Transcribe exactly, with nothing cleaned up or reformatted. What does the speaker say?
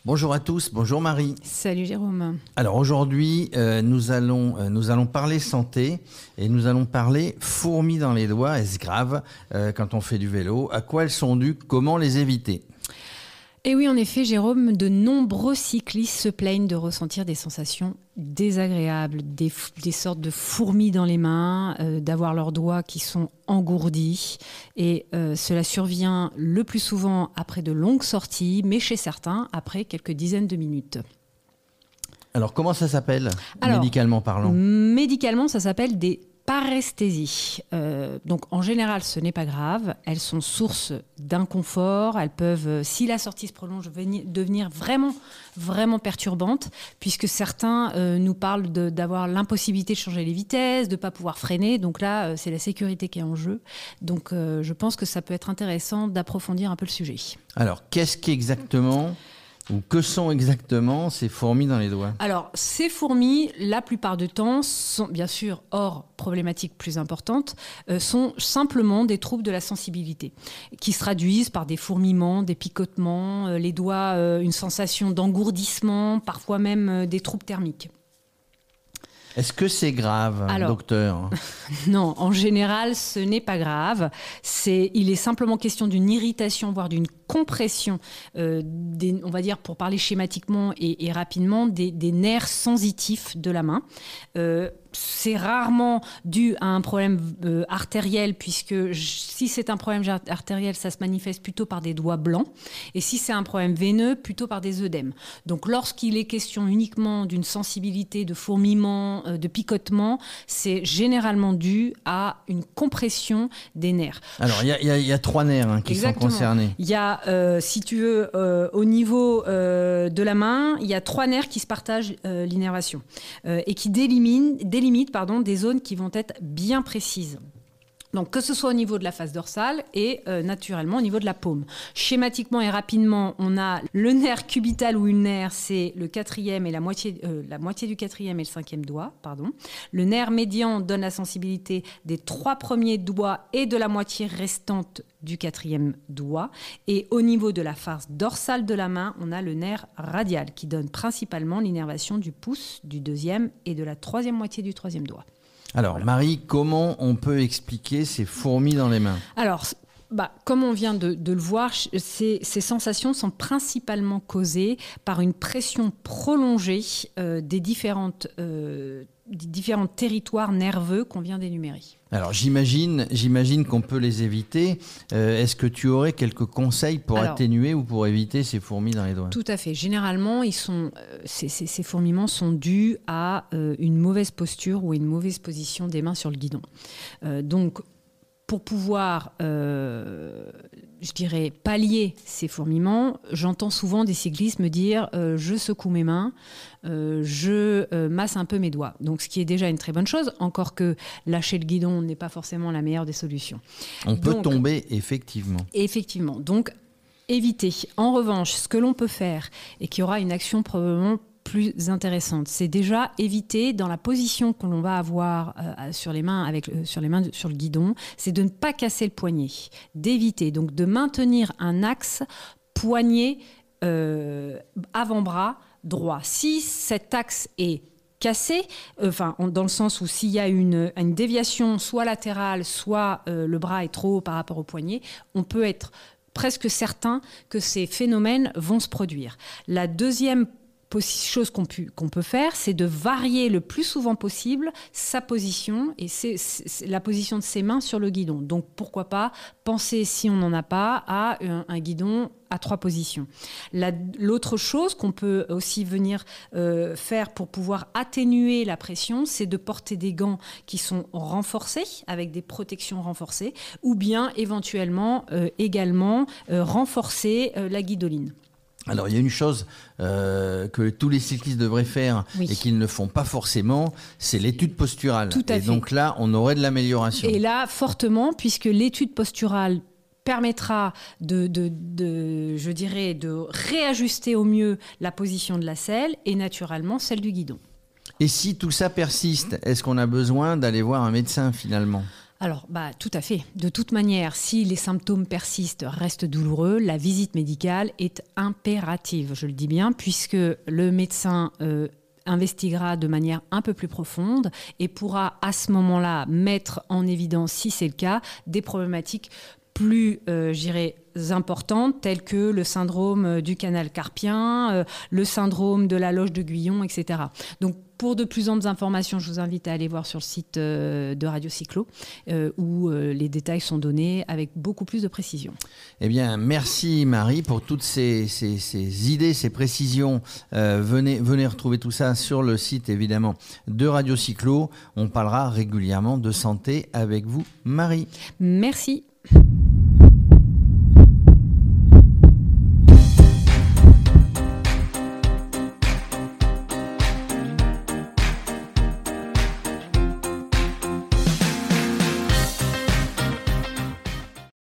Bonjour à tous, bonjour Marie. Salut Jérôme. Alors aujourd'hui, euh, nous, allons, euh, nous allons parler santé et nous allons parler fourmis dans les doigts. Est-ce grave euh, quand on fait du vélo? À quoi elles sont dues? Comment les éviter? Et oui, en effet, Jérôme, de nombreux cyclistes se plaignent de ressentir des sensations désagréables, des, des sortes de fourmis dans les mains, euh, d'avoir leurs doigts qui sont engourdis. Et euh, cela survient le plus souvent après de longues sorties, mais chez certains, après quelques dizaines de minutes. Alors comment ça s'appelle, Alors, médicalement parlant? Médicalement, ça s'appelle des paresthésie. Euh, donc en général, ce n'est pas grave. Elles sont source d'inconfort. Elles peuvent, euh, si la sortie se prolonge, venir, devenir vraiment, vraiment perturbantes, puisque certains euh, nous parlent de, d'avoir l'impossibilité de changer les vitesses, de ne pas pouvoir freiner. Donc là, euh, c'est la sécurité qui est en jeu. Donc euh, je pense que ça peut être intéressant d'approfondir un peu le sujet. Alors, qu'est-ce qu'exactement ou que sont exactement ces fourmis dans les doigts? Alors, ces fourmis, la plupart du temps, sont bien sûr, hors problématiques plus importantes, euh, sont simplement des troubles de la sensibilité, qui se traduisent par des fourmillements, des picotements, euh, les doigts, euh, une sensation d'engourdissement, parfois même euh, des troubles thermiques. Est-ce que c'est grave, Alors, docteur? Non, en général, ce n'est pas grave. C'est, il est simplement question d'une irritation, voire d'une compression, euh, des, on va dire, pour parler schématiquement et, et rapidement, des, des nerfs sensitifs de la main. Euh, c'est rarement dû à un problème euh, artériel, puisque je, si c'est un problème artériel, ça se manifeste plutôt par des doigts blancs. Et si c'est un problème veineux, plutôt par des œdèmes. Donc lorsqu'il est question uniquement d'une sensibilité, de fourmillement, euh, de picotement, c'est généralement dû à une compression des nerfs. Alors il y, y, y a trois nerfs hein, qui Exactement. sont concernés. Il y a, euh, si tu veux, euh, au niveau euh, de la main, il y a trois nerfs qui se partagent euh, l'innervation euh, et qui délimitent, délimitent pardon, des zones qui vont être bien précises. Donc, que ce soit au niveau de la face dorsale et euh, naturellement au niveau de la paume. Schématiquement et rapidement, on a le nerf cubital ou ulnaire, c'est le quatrième et la moitié, euh, la moitié du quatrième et le cinquième doigt, pardon. Le nerf médian donne la sensibilité des trois premiers doigts et de la moitié restante du quatrième doigt. Et au niveau de la face dorsale de la main, on a le nerf radial qui donne principalement l'innervation du pouce, du deuxième et de la troisième moitié du troisième doigt. Alors, voilà. Marie, comment on peut expliquer ces fourmis dans les mains? Alors, bah, comme on vient de, de le voir, ces, ces sensations sont principalement causées par une pression prolongée euh, des, différentes, euh, des différents territoires nerveux qu'on vient d'énumérer. Alors, j'imagine, j'imagine qu'on peut les éviter. Euh, est-ce que tu aurais quelques conseils pour Alors, atténuer ou pour éviter ces fourmis dans les doigts? Tout à fait. Généralement, ils sont, euh, ces, ces, ces fourmillements sont dus à euh, une mauvaise posture ou une mauvaise position des mains sur le guidon. Euh, donc, pour pouvoir, euh, je dirais, pallier ces fourmillements, j'entends souvent des cyclistes me dire euh, « je secoue mes mains, euh, je euh, masse un peu mes doigts ». Donc, ce qui est déjà une très bonne chose, encore que lâcher le guidon n'est pas forcément la meilleure des solutions. On peut donc, tomber, effectivement. Effectivement. Donc, éviter. En revanche, ce que l'on peut faire, et qui aura une action probablement plus intéressante, c'est déjà éviter dans la position que l'on va avoir euh, sur les mains avec euh, sur les mains de, sur le guidon, c'est de ne pas casser le poignet, d'éviter donc de maintenir un axe poignet euh, avant-bras droit. Si cet axe est cassé, euh, enfin dans le sens où s'il y a une, une déviation soit latérale, soit euh, le bras est trop haut par rapport au poignet, on peut être presque certain que ces phénomènes vont se produire. La deuxième chose qu'on peut, qu'on peut faire, c'est de varier le plus souvent possible sa position et c'est, c'est la position de ses mains sur le guidon. Donc pourquoi pas penser, si on n'en a pas, à un, un guidon à trois positions. La, l'autre chose qu'on peut aussi venir euh, faire pour pouvoir atténuer la pression, c'est de porter des gants qui sont renforcés, avec des protections renforcées, ou bien éventuellement euh, également euh, renforcer euh, la guidoline. Alors, il y a une chose euh, que tous les cyclistes devraient faire oui. et qu'ils ne font pas forcément, c'est l'étude posturale. Tout à et fait. Donc là, on aurait de l'amélioration. Et là, fortement, puisque l'étude posturale permettra de, de, de, je dirais, de réajuster au mieux la position de la selle et naturellement celle du guidon. Et si tout ça persiste, est-ce qu'on a besoin d'aller voir un médecin finalement ? Alors, bah, tout à fait. De toute manière, si les symptômes persistent, restent douloureux, la visite médicale est impérative, je le dis bien, puisque le médecin euh, investiguera de manière un peu plus profonde et pourra à ce moment-là mettre en évidence, si c'est le cas, des problématiques plus, euh, je dirais, importantes, telles que le syndrome du canal carpien, euh, le syndrome de la loge de Guyon, et cetera. Donc, pour de plus amples informations, je vous invite à aller voir sur le site euh, de Radio Cyclo, euh, où euh, les détails sont donnés avec beaucoup plus de précision. Eh bien, merci Marie pour toutes ces, ces, ces idées, ces précisions. Euh, venez, venez retrouver tout ça sur le site, évidemment, de Radio Cyclo. On parlera régulièrement de santé avec vous, Marie. Merci.